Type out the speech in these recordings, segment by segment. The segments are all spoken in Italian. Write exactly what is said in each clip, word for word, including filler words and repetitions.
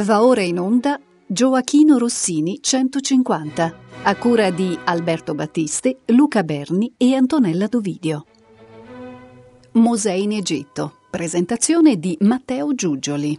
Va ora in onda Gioachino Rossini centocinquanta, a cura di Alberto Battisti, Luca Berni e Antonella Dovidio. Mosè in Egitto, presentazione di Matteo Giugioli.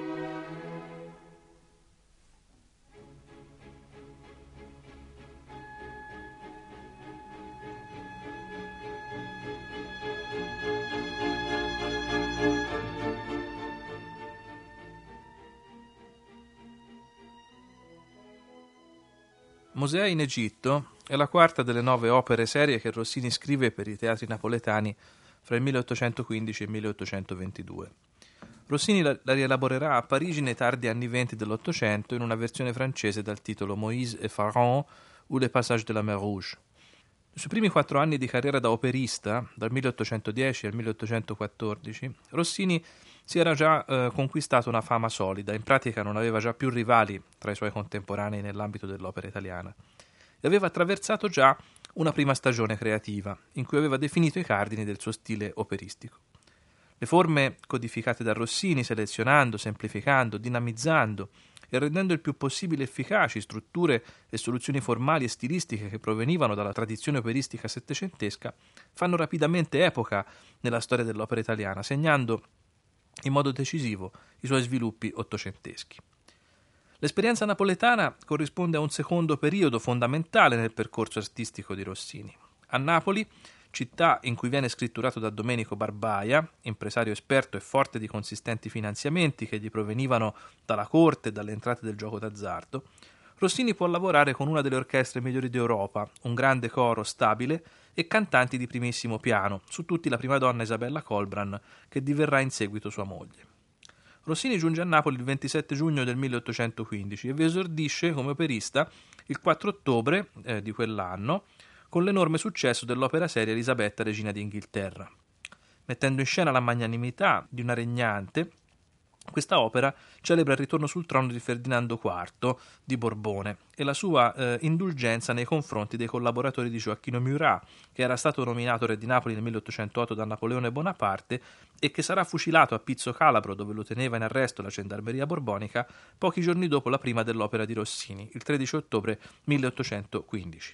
Mosè in Egitto è la quarta delle nove opere serie che Rossini scrive per i teatri napoletani fra il milleottocentoquindici e il milleottocentoventidue. Rossini la, la rielaborerà a Parigi nei tardi anni venti dell'Ottocento in una versione francese dal titolo Moïse et Pharaon ou les passages de la mer Rouge. Sui primi quattro anni di carriera da operista, dal milleottocentodieci al milleottocentoquattordici, Rossini si era già eh, conquistato una fama solida, in pratica non aveva già più rivali tra i suoi contemporanei nell'ambito dell'opera italiana, e aveva attraversato già una prima stagione creativa, in cui aveva definito i cardini del suo stile operistico. Le forme codificate da Rossini, selezionando, semplificando, dinamizzando e rendendo il più possibile efficaci strutture e soluzioni formali e stilistiche che provenivano dalla tradizione operistica settecentesca, fanno rapidamente epoca nella storia dell'opera italiana, segnando in modo decisivo i suoi sviluppi ottocenteschi. L'esperienza napoletana corrisponde a un secondo periodo fondamentale nel percorso artistico di Rossini. A Napoli, città in cui viene scritturato da Domenico Barbaia, impresario esperto e forte di consistenti finanziamenti che gli provenivano dalla corte e dalle entrate del gioco d'azzardo, Rossini può lavorare con una delle orchestre migliori d'Europa, un grande coro stabile e cantanti di primissimo piano, su tutti la prima donna Isabella Colbran, che diverrà in seguito sua moglie. Rossini giunge a Napoli il ventisette giugno del milleottocentoquindici e vi esordisce come operista il quattro ottobre eh, di quell'anno con l'enorme successo dell'opera seria Elisabetta, regina d'Inghilterra. Mettendo in scena la magnanimità di una regnante, questa opera celebra il ritorno sul trono di Ferdinando quarto di Borbone e la sua eh, indulgenza nei confronti dei collaboratori di Gioacchino Murat, che era stato nominato re di Napoli nel milleottocentootto da Napoleone Bonaparte e che sarà fucilato a Pizzo Calabro, dove lo teneva in arresto la gendarmeria borbonica, pochi giorni dopo la prima dell'opera di Rossini, il tredici ottobre milleottocentoquindici.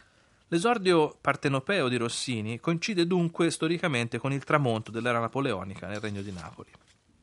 L'esordio partenopeo di Rossini coincide dunque storicamente con il tramonto dell'era napoleonica nel Regno di Napoli.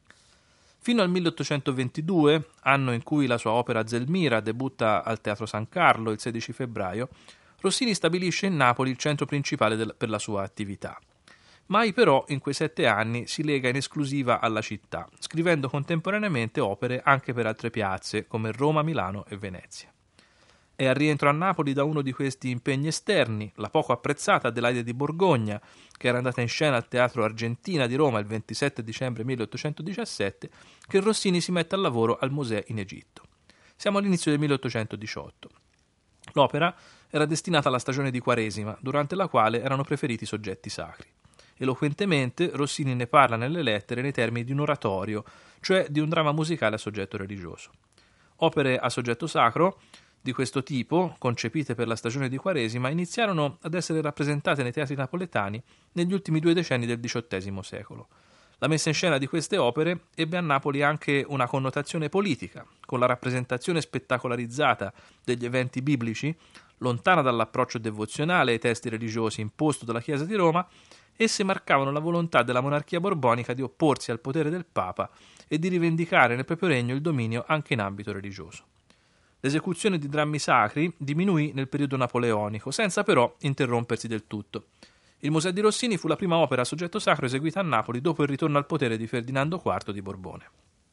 Fino al milleottocentoventidue, anno in cui la sua opera Zelmira debutta al Teatro San Carlo il sedici febbraio, Rossini stabilisce in Napoli il centro principale del, per la sua attività. Mai però in quei sette anni si lega in esclusiva alla città, scrivendo contemporaneamente opere anche per altre piazze come Roma, Milano e Venezia. È al rientro a Napoli da uno di questi impegni esterni, la poco apprezzata Adelaide di Borgogna, che era andata in scena al Teatro Argentina di Roma il ventisette dicembre milleottocentodiciassette, che Rossini si mette al lavoro al Mosè in Egitto. Siamo all'inizio del milleottocentodiciotto. L'opera era destinata alla stagione di Quaresima, durante la quale erano preferiti soggetti sacri. Eloquentemente Rossini ne parla nelle lettere nei termini di un oratorio, cioè di un dramma musicale a soggetto religioso. Opere a soggetto sacro di questo tipo, concepite per la stagione di Quaresima, iniziarono ad essere rappresentate nei teatri napoletani negli ultimi due decenni del diciottesimo secolo. La messa in scena di queste opere ebbe a Napoli anche una connotazione politica, con la rappresentazione spettacolarizzata degli eventi biblici, lontana dall'approccio devozionale ai testi religiosi imposto dalla Chiesa di Roma. Esse marcavano la volontà della monarchia borbonica di opporsi al potere del Papa e di rivendicare nel proprio regno il dominio anche in ambito religioso. L'esecuzione di drammi sacri diminuì nel periodo napoleonico, senza però interrompersi del tutto. Il Mosè di Rossini fu la prima opera a soggetto sacro eseguita a Napoli dopo il ritorno al potere di Ferdinando quarto di Borbone.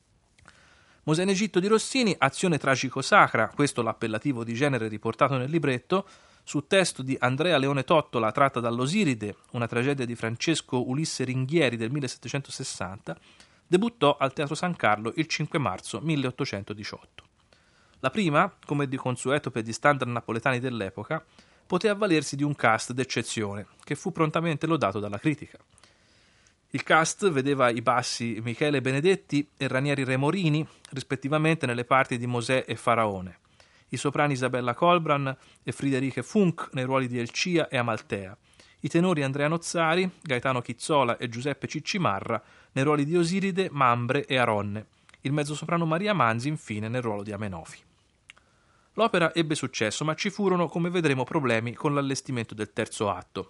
Mosè in Egitto di Rossini, azione tragico-sacra, questo l'appellativo di genere riportato nel libretto, su testo di Andrea Leone Tottola tratta dall'Osiride, una tragedia di Francesco Ulisse Ringhieri del millesettecentosessanta, debuttò al Teatro San Carlo il cinque marzo milleottocentodiciotto. La prima, come di consueto per gli standard napoletani dell'epoca, poté avvalersi di un cast d'eccezione, che fu prontamente lodato dalla critica. Il cast vedeva i bassi Michele Benedetti e Ranieri Remorini, rispettivamente nelle parti di Mosè e Faraone, i soprani Isabella Colbran e Friederike Funk nei ruoli di Elcia e Amaltea, i tenori Andrea Nozzari, Gaetano Chizzola e Giuseppe Ciccimarra nei ruoli di Osiride, Mambre e Aronne, il mezzosoprano Maria Manzi infine nel ruolo di Amenofi. L'opera ebbe successo, ma ci furono, come vedremo, problemi con l'allestimento del terzo atto.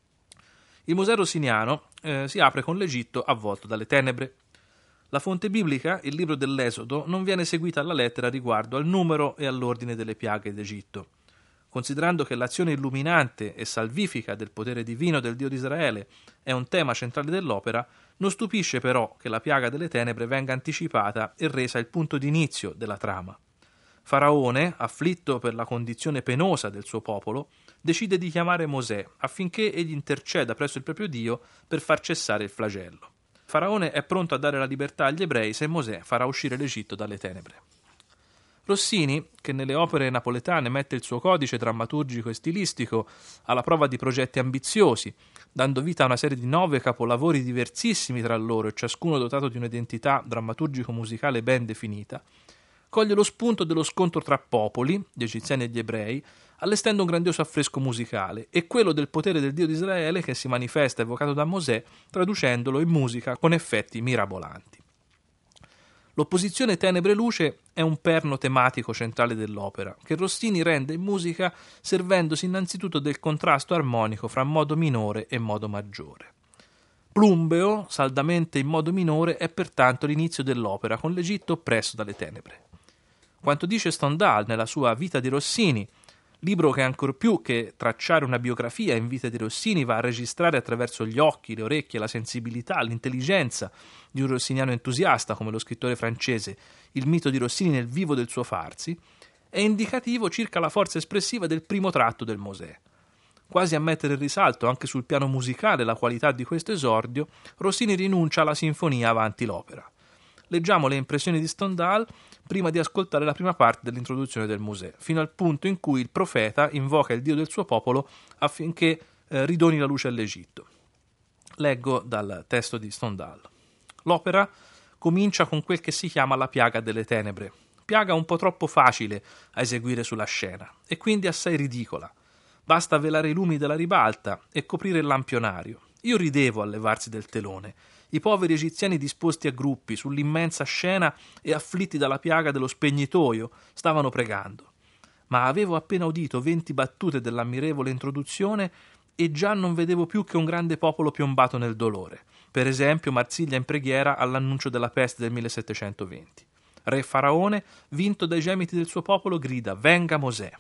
Il Mosè rossiniano eh, si apre con l'Egitto avvolto dalle tenebre. La fonte biblica, il libro dell'Esodo, non viene seguita alla lettera riguardo al numero e all'ordine delle piaghe d'Egitto. Considerando che l'azione illuminante e salvifica del potere divino del Dio di Israele è un tema centrale dell'opera, non stupisce però che la piaga delle tenebre venga anticipata e resa il punto d'inizio della trama. Faraone, afflitto per la condizione penosa del suo popolo, decide di chiamare Mosè affinché egli interceda presso il proprio Dio per far cessare il flagello. Faraone è pronto a dare la libertà agli ebrei se Mosè farà uscire l'Egitto dalle tenebre. Rossini, che nelle opere napoletane mette il suo codice drammaturgico e stilistico alla prova di progetti ambiziosi, dando vita a una serie di nove capolavori diversissimi tra loro e ciascuno dotato di un'identità drammaturgico-musicale ben definita, coglie lo spunto dello scontro tra popoli, gli egiziani e gli ebrei, allestendo un grandioso affresco musicale, e quello del potere del Dio di Israele che si manifesta evocato da Mosè, traducendolo in musica con effetti mirabolanti. L'opposizione tenebre-luce è un perno tematico centrale dell'opera, che Rossini rende in musica servendosi innanzitutto del contrasto armonico fra modo minore e modo maggiore. Plumbeo, saldamente in modo minore, è pertanto l'inizio dell'opera, con l'Egitto oppresso dalle tenebre. Quanto dice Stendhal nella sua Vita di Rossini, libro che ancor più che tracciare una biografia in vita di Rossini va a registrare attraverso gli occhi, le orecchie, la sensibilità, l'intelligenza di un rossiniano entusiasta come lo scrittore francese, il mito di Rossini nel vivo del suo farsi, è indicativo circa la forza espressiva del primo tratto del Mosè. Quasi a mettere in risalto anche sul piano musicale la qualità di questo esordio, Rossini rinuncia alla sinfonia avanti l'opera. Leggiamo le impressioni di Stendhal prima di ascoltare la prima parte dell'introduzione del Mosè, fino al punto in cui il profeta invoca il Dio del suo popolo affinché eh, ridoni la luce all'Egitto. Leggo dal testo di Stendhal. L'opera comincia con quel che si chiama la piaga delle tenebre, piaga un po' troppo facile a eseguire sulla scena e quindi assai ridicola. Basta velare i lumi della ribalta e coprire il lampionario. Io ridevo al levarsi del telone. I poveri egiziani disposti a gruppi sull'immensa scena e afflitti dalla piaga dello spegnitoio stavano pregando. Ma avevo appena udito venti battute dell'ammirevole introduzione e già non vedevo più che un grande popolo piombato nel dolore. Per esempio Marsiglia in preghiera all'annuncio della peste del millesettecentoventi. Re Faraone, vinto dai gemiti del suo popolo, grida: «Venga Mosè!»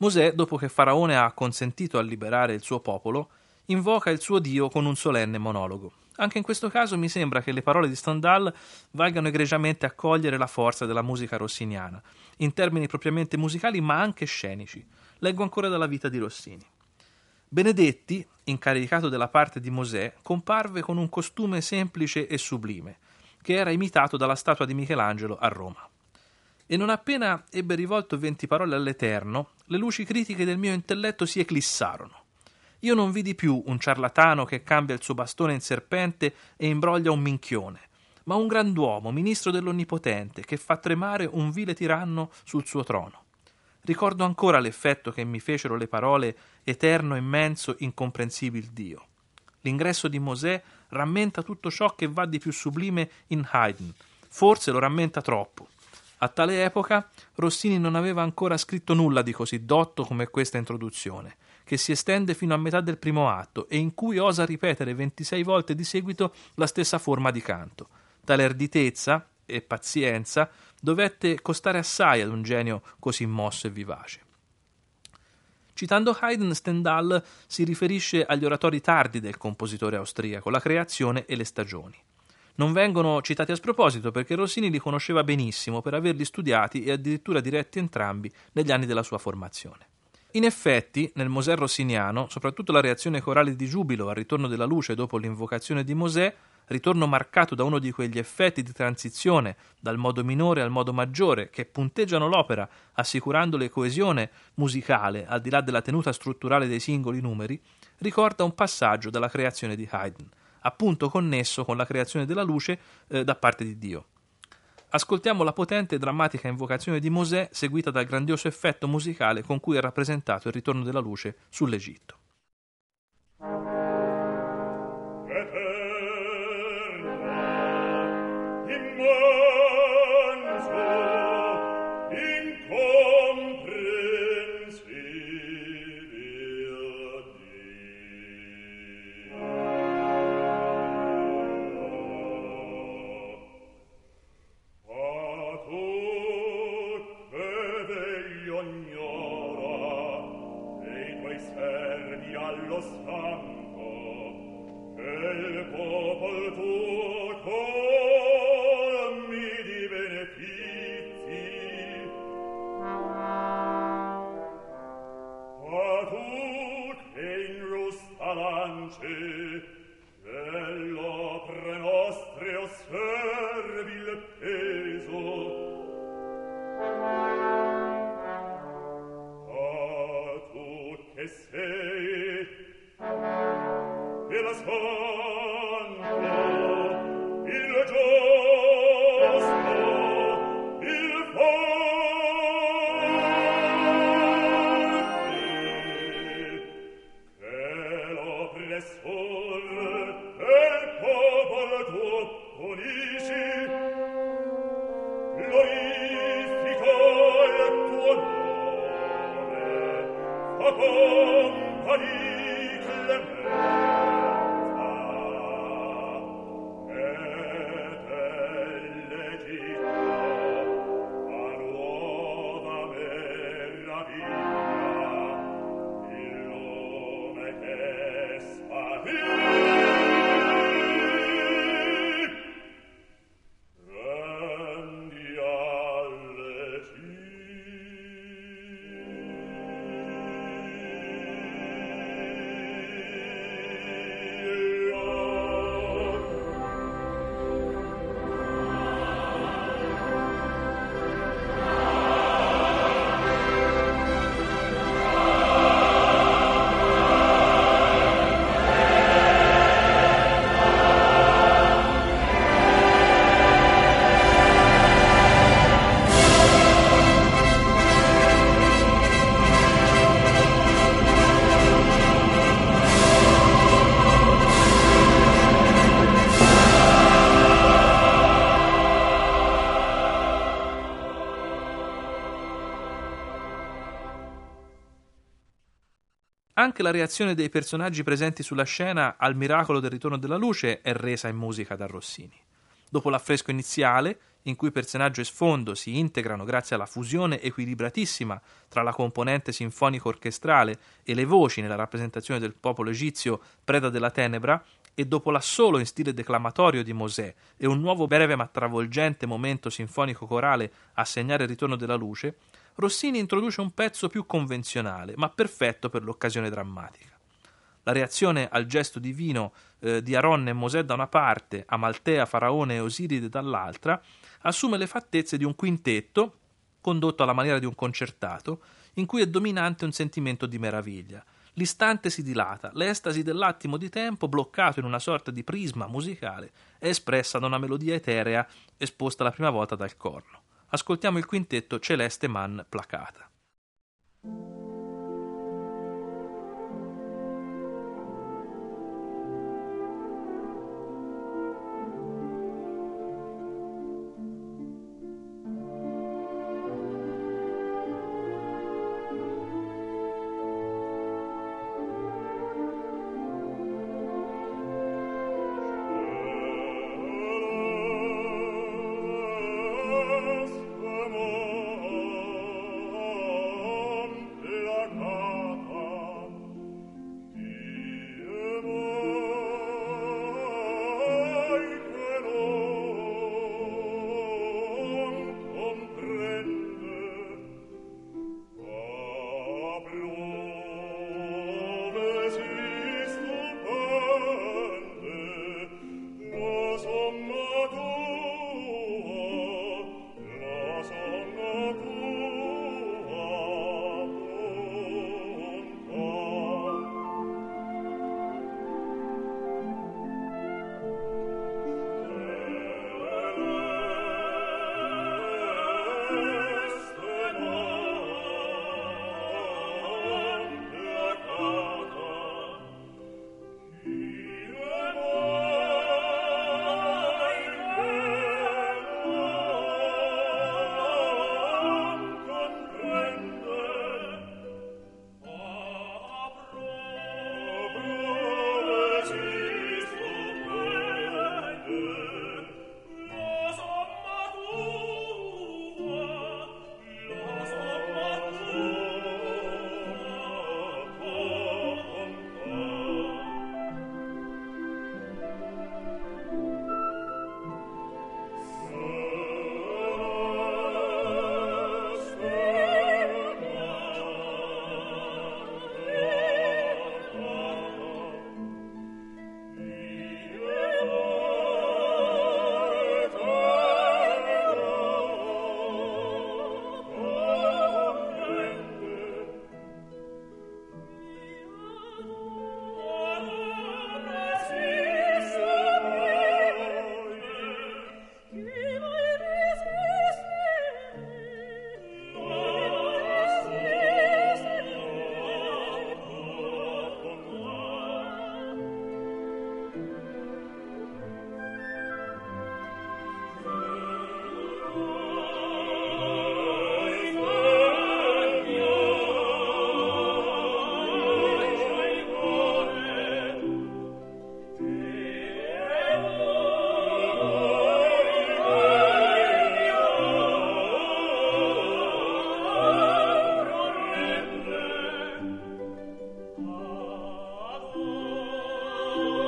Mosè, dopo che Faraone ha acconsentito a liberare il suo popolo, invoca il suo Dio con un solenne monologo. Anche in questo caso mi sembra che le parole di Stendhal valgano egregiamente a cogliere la forza della musica rossiniana, in termini propriamente musicali ma anche scenici. Leggo ancora dalla vita di Rossini. Benedetti, incaricato della parte di Mosè, comparve con un costume semplice e sublime, che era imitato dalla statua di Michelangelo a Roma. E non appena ebbe rivolto venti parole all'Eterno, le luci critiche del mio intelletto si eclissarono. Io non vidi più un ciarlatano che cambia il suo bastone in serpente e imbroglia un minchione, ma un grand'uomo, ministro dell'Onnipotente, che fa tremare un vile tiranno sul suo trono. Ricordo ancora l'effetto che mi fecero le parole «eterno, immenso, incomprensibile Dio». L'ingresso di Mosè rammenta tutto ciò che va di più sublime in Haydn, forse lo rammenta troppo. A tale epoca Rossini non aveva ancora scritto nulla di così dotto come questa introduzione, che si estende fino a metà del primo atto e in cui osa ripetere ventisei volte di seguito la stessa forma di canto. Tale arditezza e pazienza dovette costare assai ad un genio così mosso e vivace. Citando Haydn, Stendhal si riferisce agli oratori tardi del compositore austriaco, la creazione e le stagioni. Non vengono citati a sproposito perché Rossini li conosceva benissimo per averli studiati e addirittura diretti entrambi negli anni della sua formazione. In effetti, nel Mosè rossiniano, soprattutto la reazione corale di giubilo al ritorno della luce dopo l'invocazione di Mosè, ritorno marcato da uno di quegli effetti di transizione dal modo minore al modo maggiore che punteggiano l'opera assicurandole coesione musicale al di là della tenuta strutturale dei singoli numeri, ricorda un passaggio dalla creazione di Haydn, appunto connesso con la creazione della luce eh, da parte di Dio. Ascoltiamo la potente e drammatica invocazione di Mosè seguita dal grandioso effetto musicale con cui è rappresentato il ritorno della luce sull'Egitto. Anche la reazione dei personaggi presenti sulla scena al miracolo del ritorno della luce è resa in musica da Rossini. Dopo l'affresco iniziale, in cui personaggio e sfondo si integrano grazie alla fusione equilibratissima tra la componente sinfonico-orchestrale e le voci nella rappresentazione del popolo egizio preda della tenebra, e dopo l'assolo in stile declamatorio di Mosè e un nuovo breve ma travolgente momento sinfonico-corale a segnare il ritorno della luce, Rossini introduce un pezzo più convenzionale, ma perfetto per l'occasione drammatica. La reazione al gesto divino eh, di Aronne e Mosè da una parte, Amaltea, Faraone e Osiride dall'altra, assume le fattezze di un quintetto condotto alla maniera di un concertato, in cui è dominante un sentimento di meraviglia. L'istante si dilata, l'estasi dell'attimo di tempo, bloccato in una sorta di prisma musicale, è espressa da una melodia eterea esposta la prima volta dal corno. Ascoltiamo il quintetto Celeste Man Placata.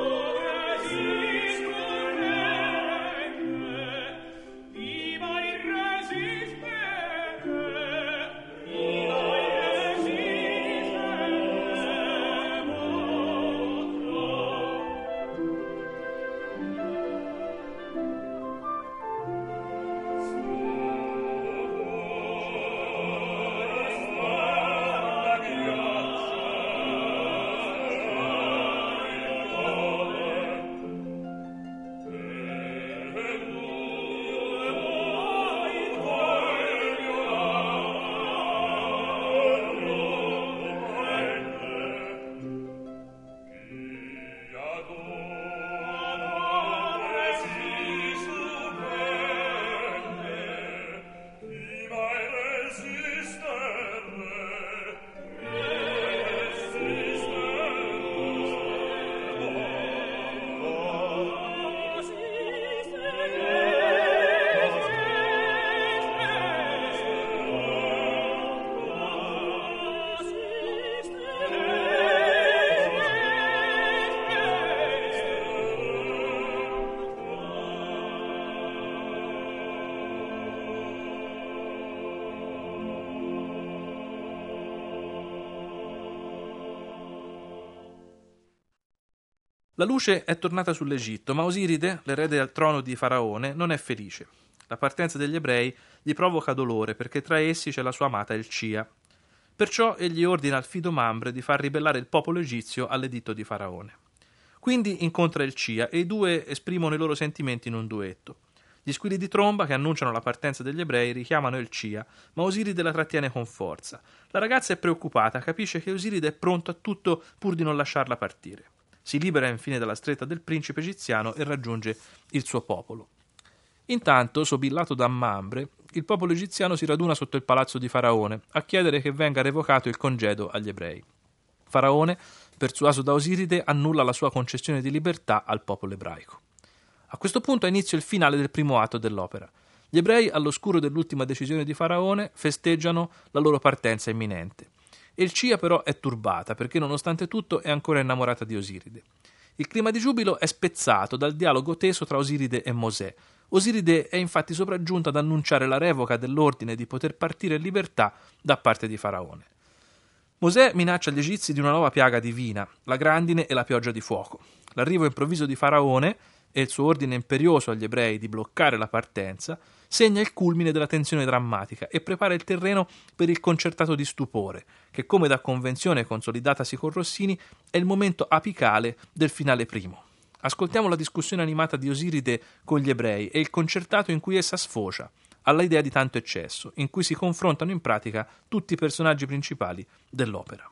Viva il re La luce è tornata sull'Egitto, ma Osiride, l'erede al trono di Faraone, non è felice. La partenza degli ebrei gli provoca dolore perché tra essi c'è la sua amata Elcia. Perciò egli ordina al fido Mambre di far ribellare il popolo egizio all'editto di Faraone. Quindi incontra Elcia e i due esprimono i loro sentimenti in un duetto. Gli squilli di tromba che annunciano la partenza degli ebrei richiamano Elcia, ma Osiride la trattiene con forza. La ragazza è preoccupata, capisce che Osiride è pronto a tutto pur di non lasciarla partire. Si libera infine dalla stretta del principe egiziano e raggiunge il suo popolo. Intanto, sobillato da Mambre, il popolo egiziano si raduna sotto il palazzo di Faraone a chiedere che venga revocato il congedo agli ebrei. Faraone, persuaso da Osiride, annulla la sua concessione di libertà al popolo ebraico. A questo punto ha inizio il finale del primo atto dell'opera. Gli ebrei, all'oscuro dell'ultima decisione di Faraone, festeggiano la loro partenza imminente. Elcia però è turbata perché nonostante tutto è ancora innamorata di Osiride. Il clima di giubilo è spezzato dal dialogo teso tra Osiride e Mosè. Osiride è infatti sopraggiunta ad annunciare la revoca dell'ordine di poter partire in libertà da parte di Faraone. Mosè minaccia gli egizi di una nuova piaga divina, la grandine e la pioggia di fuoco. L'arrivo improvviso di Faraone e il suo ordine imperioso agli ebrei di bloccare la partenza segna il culmine della tensione drammatica e prepara il terreno per il concertato di stupore, che come da convenzione consolidatasi con Rossini è il momento apicale del finale primo. Ascoltiamo la discussione animata di Osiride con gli ebrei e il concertato in cui essa sfocia, alla idea di tanto eccesso, in cui si confrontano in pratica tutti i personaggi principali dell'opera.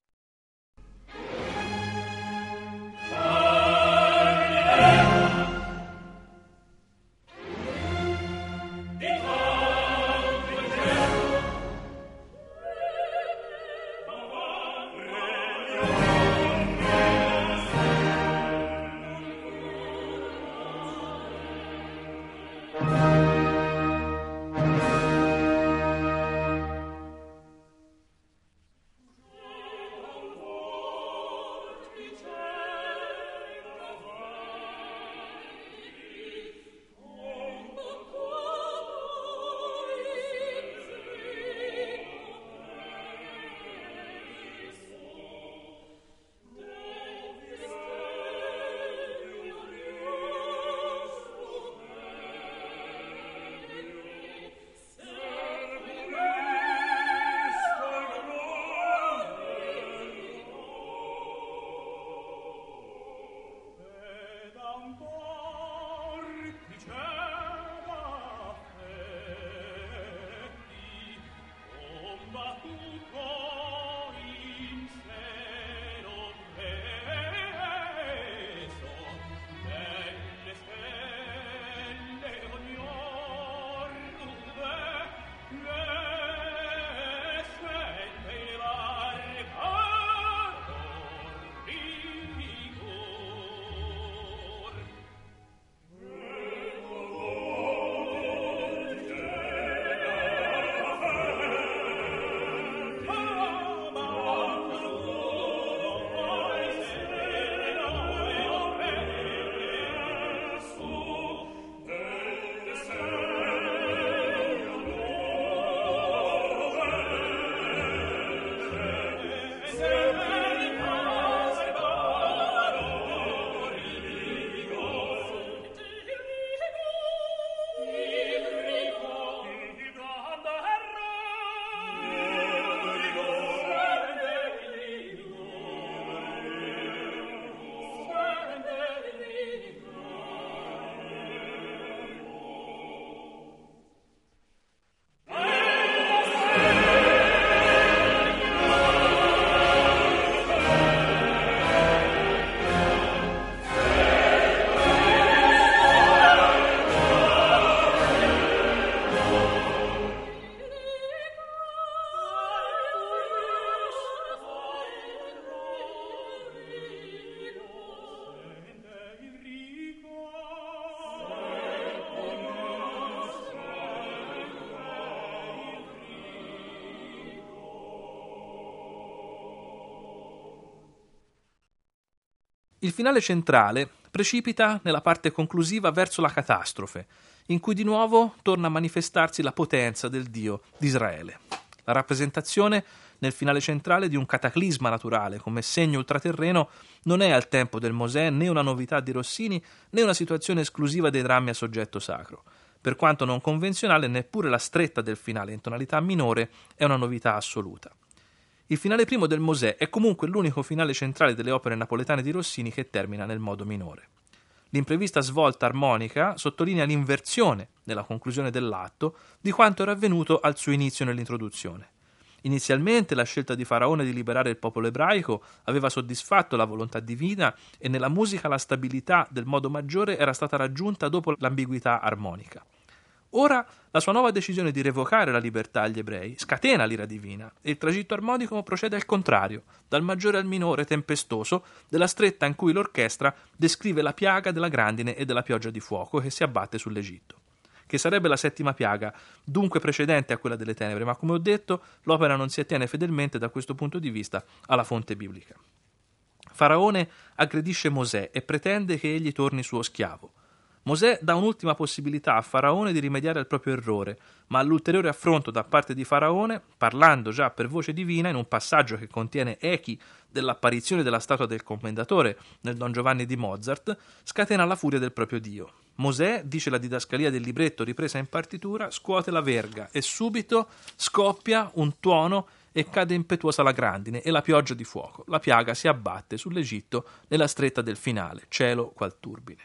Il finale centrale precipita nella parte conclusiva verso la catastrofe, in cui di nuovo torna a manifestarsi la potenza del Dio di Israele. La rappresentazione nel finale centrale di un cataclisma naturale come segno ultraterreno, non è al tempo del Mosè né una novità di Rossini né una situazione esclusiva dei drammi a soggetto sacro. Per quanto non convenzionale, neppure la stretta del finale in tonalità minore è una novità assoluta. Il finale primo del Mosè è comunque l'unico finale centrale delle opere napoletane di Rossini che termina nel modo minore. L'imprevista svolta armonica sottolinea l'inversione, nella conclusione dell'atto, di quanto era avvenuto al suo inizio nell'introduzione. Inizialmente la scelta di Faraone di liberare il popolo ebraico aveva soddisfatto la volontà divina e nella musica la stabilità del modo maggiore era stata raggiunta dopo l'ambiguità armonica. Ora la sua nuova decisione di revocare la libertà agli ebrei scatena l'ira divina e il tragitto armonico procede al contrario, dal maggiore al minore tempestoso, della stretta in cui l'orchestra descrive la piaga della grandine e della pioggia di fuoco che si abbatte sull'Egitto, che sarebbe la settima piaga, dunque precedente a quella delle tenebre, ma come ho detto l'opera non si attiene fedelmente da questo punto di vista alla fonte biblica. Faraone aggredisce Mosè e pretende che egli torni suo schiavo. Mosè dà un'ultima possibilità a Faraone di rimediare al proprio errore, ma all'ulteriore affronto da parte di Faraone, parlando già per voce divina in un passaggio che contiene echi dell'apparizione della statua del Commendatore nel Don Giovanni di Mozart, scatena la furia del proprio Dio. Mosè, dice la didascalia del libretto ripresa in partitura, scuote la verga e subito scoppia un tuono e cade impetuosa la grandine e la pioggia di fuoco. La piaga si abbatte sull'Egitto nella stretta del finale, cielo qual turbine.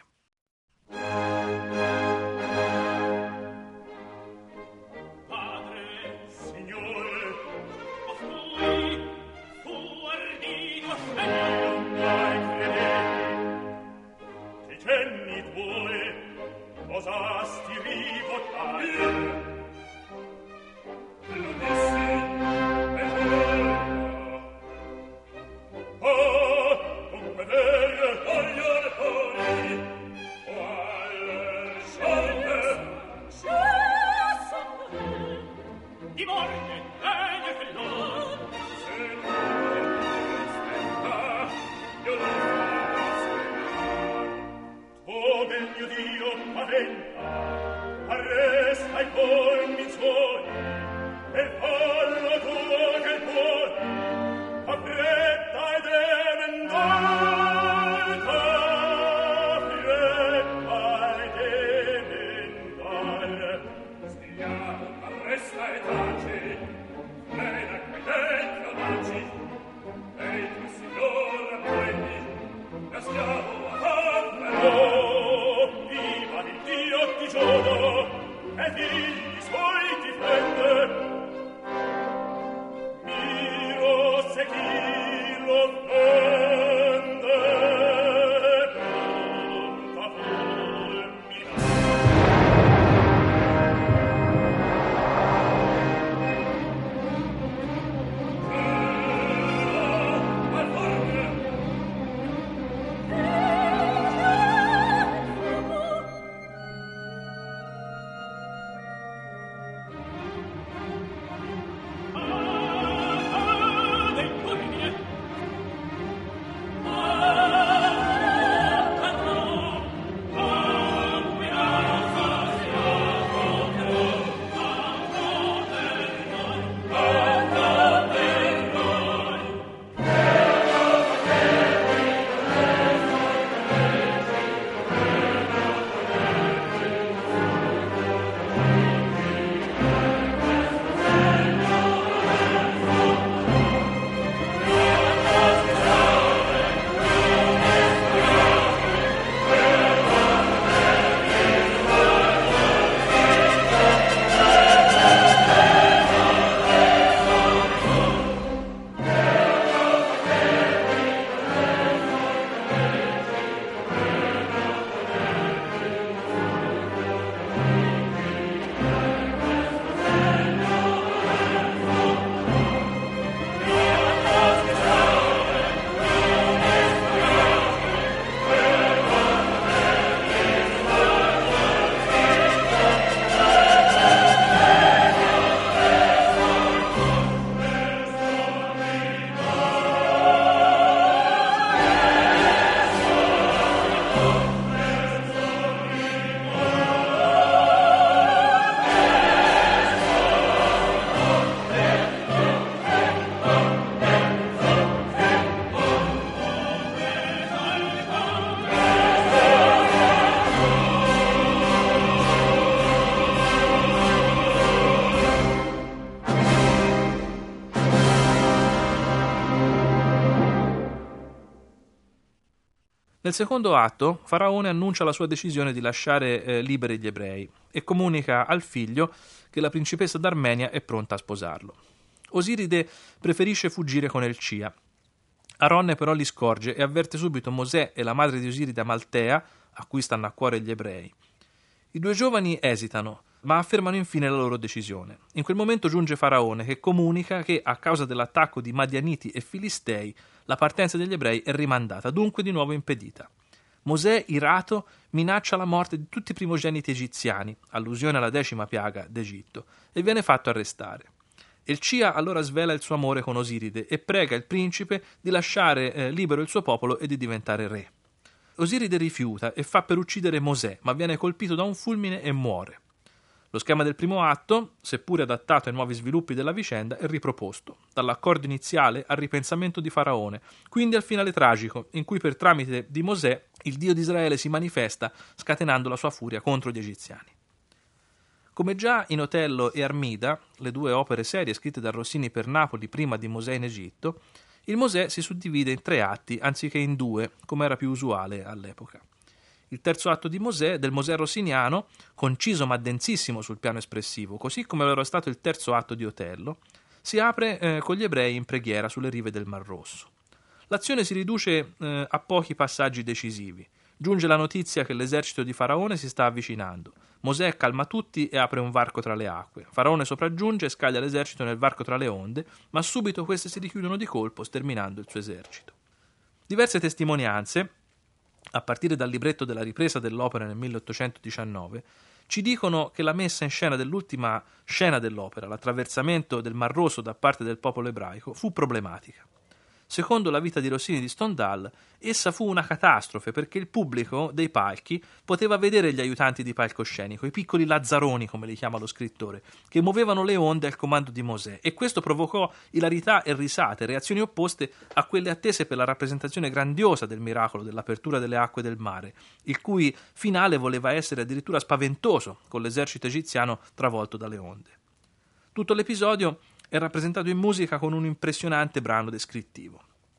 Nel secondo atto, Faraone annuncia la sua decisione di lasciare eh, liberi gli ebrei e comunica al figlio che la principessa d'Armenia è pronta a sposarlo. Osiride preferisce fuggire con Elcia. Aronne però li scorge e avverte subito Mosè e la madre di Osiride Amaltea, a cui stanno a cuore gli ebrei. I due giovani esitano, ma affermano infine la loro decisione. In quel momento giunge Faraone, che comunica che, a causa dell'attacco di Madianiti e Filistei, la partenza degli ebrei è rimandata, dunque di nuovo impedita. Mosè, irato, minaccia la morte di tutti i primogeniti egiziani, allusione alla decima piaga d'Egitto, e viene fatto arrestare. Elcia allora svela il suo amore con Osiride e prega il principe di lasciare eh, libero il suo popolo e di diventare re. Osiride rifiuta e fa per uccidere Mosè, ma viene colpito da un fulmine e muore. Lo schema del primo atto, seppure adattato ai nuovi sviluppi della vicenda, è riproposto, dall'accordo iniziale al ripensamento di Faraone, quindi al finale tragico, in cui per tramite di Mosè il Dio di Israele si manifesta, scatenando la sua furia contro gli egiziani. Come già in Otello e Armida, le due opere serie scritte da Rossini per Napoli prima di Mosè in Egitto, il Mosè si suddivide in tre atti anziché in due, come era più usuale all'epoca. Il terzo atto di Mosè, del Mosè rossiniano, conciso ma densissimo sul piano espressivo, così come era stato il terzo atto di Otello, si apre eh, con gli ebrei in preghiera sulle rive del Mar Rosso. L'azione si riduce eh, a pochi passaggi decisivi. Giunge la notizia che l'esercito di Faraone si sta avvicinando. Mosè calma tutti e apre un varco tra le acque. Faraone sopraggiunge e scaglia l'esercito nel varco tra le onde, ma subito queste si richiudono di colpo, sterminando il suo esercito. Diverse testimonianze, a partire dal libretto della ripresa dell'opera nel milleottocentodiciannove, ci dicono che la messa in scena dell'ultima scena dell'opera, l'attraversamento del Mar Rosso da parte del popolo ebraico, fu problematica. Secondo la vita di Rossini di Stendhal, essa fu una catastrofe perché il pubblico dei palchi poteva vedere gli aiutanti di palcoscenico, i piccoli lazzaroni, come li chiama lo scrittore, che muovevano le onde al comando di Mosè, e questo provocò ilarità e risate, reazioni opposte a quelle attese per la rappresentazione grandiosa del miracolo dell'apertura delle acque del mare, il cui finale voleva essere addirittura spaventoso, con l'esercito egiziano travolto dalle onde. Tutto l'episodio è rappresentato in musica con un impressionante brano descrittivo.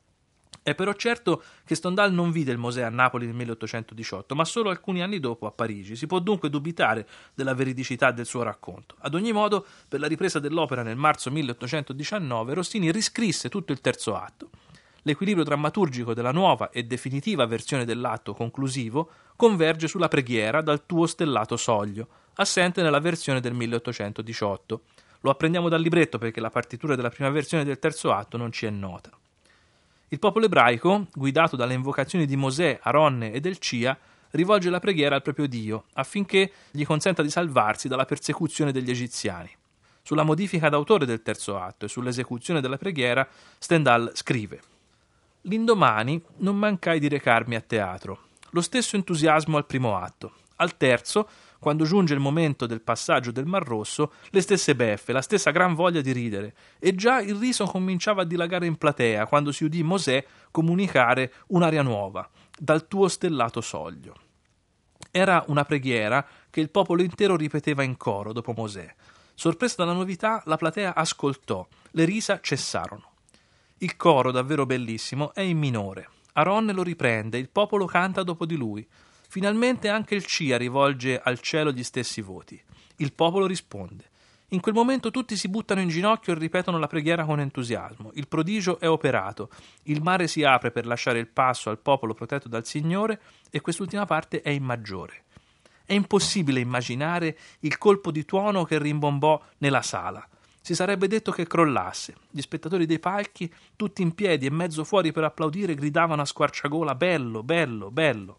È però certo che Stendhal non vide il Mosè a Napoli nel milleottocentodiciotto, ma solo alcuni anni dopo a Parigi. Si può dunque dubitare della veridicità del suo racconto. Ad ogni modo, per la ripresa dell'opera nel marzo milleottocentodiciannove, Rossini riscrisse tutto il terzo atto. L'equilibrio drammaturgico della nuova e definitiva versione dell'atto conclusivo converge sulla preghiera dal tuo stellato soglio, assente nella versione del milleottocentodiciotto. Lo apprendiamo dal libretto perché la partitura della prima versione del terzo atto non ci è nota. Il popolo ebraico, guidato dalle invocazioni di Mosè, Aronne ed Elcia, rivolge la preghiera al proprio Dio affinché gli consenta di salvarsi dalla persecuzione degli egiziani. Sulla modifica d'autore del terzo atto e sull'esecuzione della preghiera, Stendhal scrive: «L'indomani non mancai di recarmi a teatro. Lo stesso entusiasmo al primo atto. Al terzo, quando giunge il momento del passaggio del Mar Rosso, le stesse beffe, la stessa gran voglia di ridere, e già il riso cominciava a dilagare in platea quando si udì Mosè comunicare un'aria nuova, dal tuo stellato soglio». Era una preghiera che il popolo intero ripeteva in coro dopo Mosè. Sorpresa dalla novità, la platea ascoltò, le risa cessarono. Il coro, davvero bellissimo, è in minore. Aronne lo riprende, il popolo canta dopo di lui. Finalmente anche il Cia rivolge al cielo gli stessi voti. Il popolo risponde. In quel momento tutti si buttano in ginocchio e ripetono la preghiera con entusiasmo. Il prodigio è operato. Il mare si apre per lasciare il passo al popolo protetto dal Signore e quest'ultima parte è in maggiore. È impossibile immaginare il colpo di tuono che rimbombò nella sala. Si sarebbe detto che crollasse. Gli spettatori dei palchi, tutti in piedi e mezzo fuori per applaudire, gridavano a squarciagola: bello, bello, bello.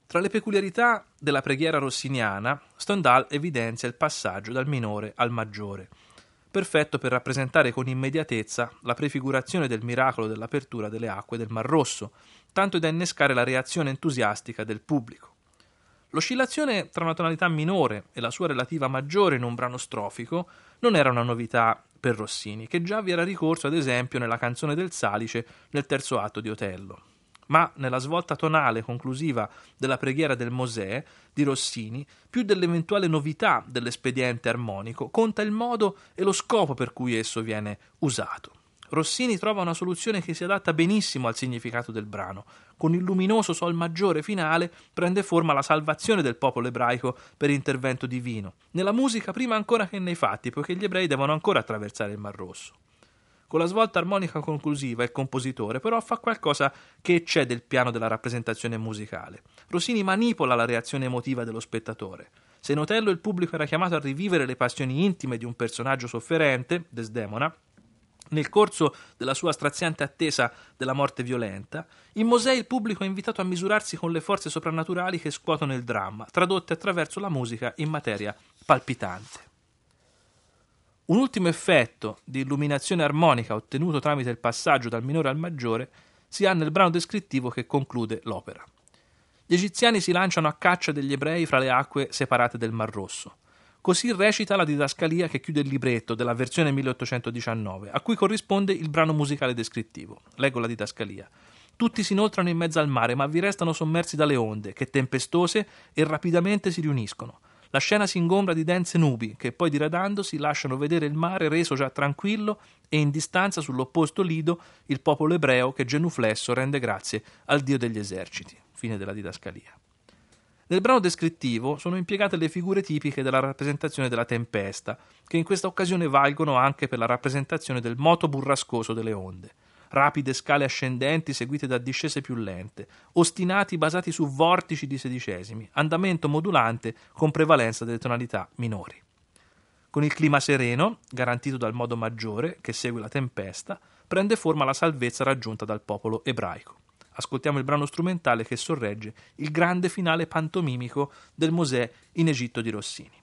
Tra le peculiarità della preghiera rossiniana, Stendhal evidenzia il passaggio dal minore al maggiore, perfetto per rappresentare con immediatezza la prefigurazione del miracolo dell'apertura delle acque del Mar Rosso, tanto da innescare la reazione entusiastica del pubblico. L'oscillazione tra una tonalità minore e la sua relativa maggiore in un brano strofico non era una novità per Rossini, che già vi era ricorso ad esempio nella canzone del Salice nel terzo atto di Otello. Ma nella svolta tonale conclusiva della preghiera del Mosè di Rossini, più dell'eventuale novità dell'espediente armonico, conta il modo e lo scopo per cui esso viene usato. Rossini trova una soluzione che si adatta benissimo al significato del brano. Con il luminoso sol maggiore finale prende forma la salvazione del popolo ebraico per intervento divino, nella musica prima ancora che nei fatti, poiché gli ebrei devono ancora attraversare il Mar Rosso. Con la svolta armonica conclusiva il compositore però fa qualcosa che eccede il piano della rappresentazione musicale. Rossini manipola la reazione emotiva dello spettatore. Se in Otello il pubblico era chiamato a rivivere le passioni intime di un personaggio sofferente, Desdemona, nel corso della sua straziante attesa della morte violenta, in Mosè il pubblico è invitato a misurarsi con le forze soprannaturali che scuotono il dramma, tradotte attraverso la musica in materia palpitante. Un ultimo effetto di illuminazione armonica ottenuto tramite il passaggio dal minore al maggiore si ha nel brano descrittivo che conclude l'opera. Gli egiziani si lanciano a caccia degli ebrei fra le acque separate del Mar Rosso. Così recita la didascalia che chiude il libretto della versione milleottocentodiciannove, a cui corrisponde il brano musicale descrittivo. Leggo la didascalia. Tutti si inoltrano in mezzo al mare, ma vi restano sommersi dalle onde, che tempestose e rapidamente si riuniscono. La scena si ingombra di dense nubi, che poi diradandosi lasciano vedere il mare reso già tranquillo e in distanza sull'opposto lido il popolo ebreo che genuflesso rende grazie al Dio degli eserciti. Fine della didascalia. Nel brano descrittivo sono impiegate le figure tipiche della rappresentazione della tempesta, che in questa occasione valgono anche per la rappresentazione del moto burrascoso delle onde. Rapide scale ascendenti seguite da discese più lente, ostinati basati su vortici di sedicesimi, andamento modulante con prevalenza delle tonalità minori. Con il clima sereno, garantito dal modo maggiore, che segue la tempesta, prende forma la salvezza raggiunta dal popolo ebraico. Ascoltiamo il brano strumentale che sorregge il grande finale pantomimico del Mosè in Egitto di Rossini.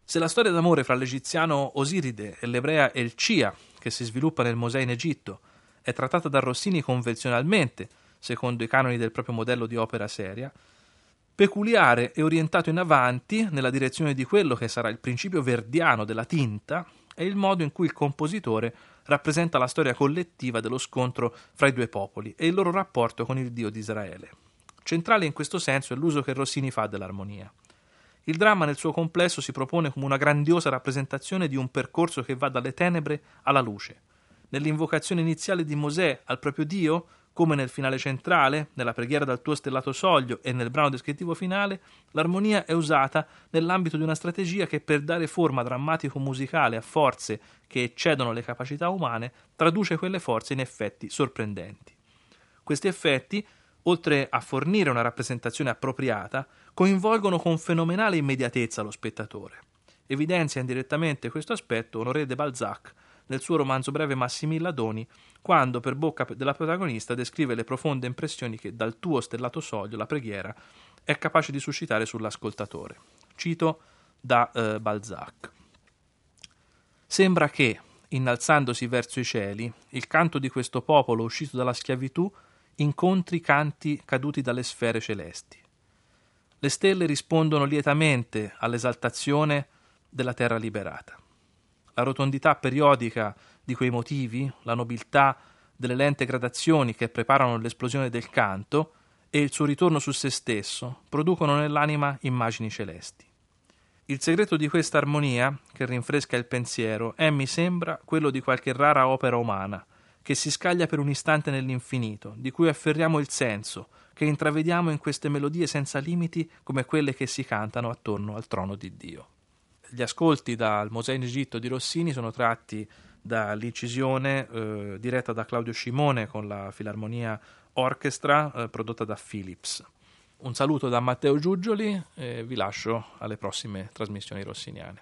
Se la storia d'amore fra l'egiziano Osiride e l'ebrea Elcia, che si sviluppa nel Mosè in Egitto, è trattata da Rossini convenzionalmente, secondo i canoni del proprio modello di opera seria, peculiare e orientato in avanti nella direzione di quello che sarà il principio verdiano della tinta è il modo in cui il compositore rappresenta la storia collettiva dello scontro fra i due popoli e il loro rapporto con il Dio di Israele. Centrale in questo senso è l'uso che Rossini fa dell'armonia. Il dramma nel suo complesso si propone come una grandiosa rappresentazione di un percorso che va dalle tenebre alla luce. Nell'invocazione iniziale di Mosè al proprio Dio, come nel finale centrale, nella preghiera dal tuo stellato soglio e nel brano descrittivo finale, l'armonia è usata nell'ambito di una strategia che, per dare forma drammatico-musicale a forze che eccedono le capacità umane, traduce quelle forze in effetti sorprendenti. Questi effetti, oltre a fornire una rappresentazione appropriata, coinvolgono con fenomenale immediatezza lo spettatore. Evidenzia indirettamente questo aspetto Honoré de Balzac nel suo romanzo breve Massimilladoni, quando per bocca della protagonista descrive le profonde impressioni che dal tuo stellato soglio la preghiera è capace di suscitare sull'ascoltatore. Cito da eh, Balzac. Sembra che, innalzandosi verso i cieli, il canto di questo popolo uscito dalla schiavitù incontri canti caduti dalle sfere celesti. Le stelle rispondono lietamente all'esaltazione della terra liberata. La rotondità periodica di quei motivi, la nobiltà delle lente gradazioni che preparano l'esplosione del canto e il suo ritorno su se stesso producono nell'anima immagini celesti. Il segreto di questa armonia, che rinfresca il pensiero, è, mi sembra, quello di qualche rara opera umana, che si scaglia per un istante nell'infinito, di cui afferriamo il senso, che intravediamo in queste melodie senza limiti come quelle che si cantano attorno al trono di Dio. Gli ascolti dal Mosè in Egitto di Rossini sono tratti dall'incisione eh, diretta da Claudio Scimone con la Filarmonia Orchestra eh, prodotta da Philips. Un saluto da Matteo Giugioli e vi lascio alle prossime trasmissioni rossiniane.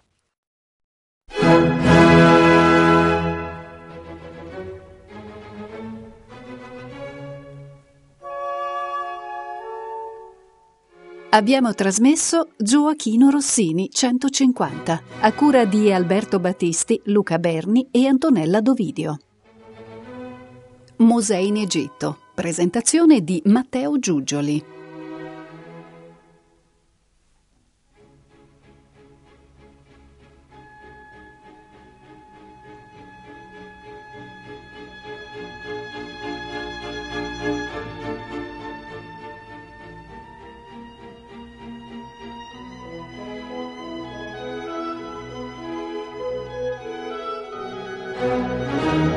Abbiamo trasmesso Gioachino Rossini centocinquanta, a cura di Alberto Battisti, Luca Berni e Antonella Dovidio. Mosè in Egitto, presentazione di Matteo Giugioli. Thank you.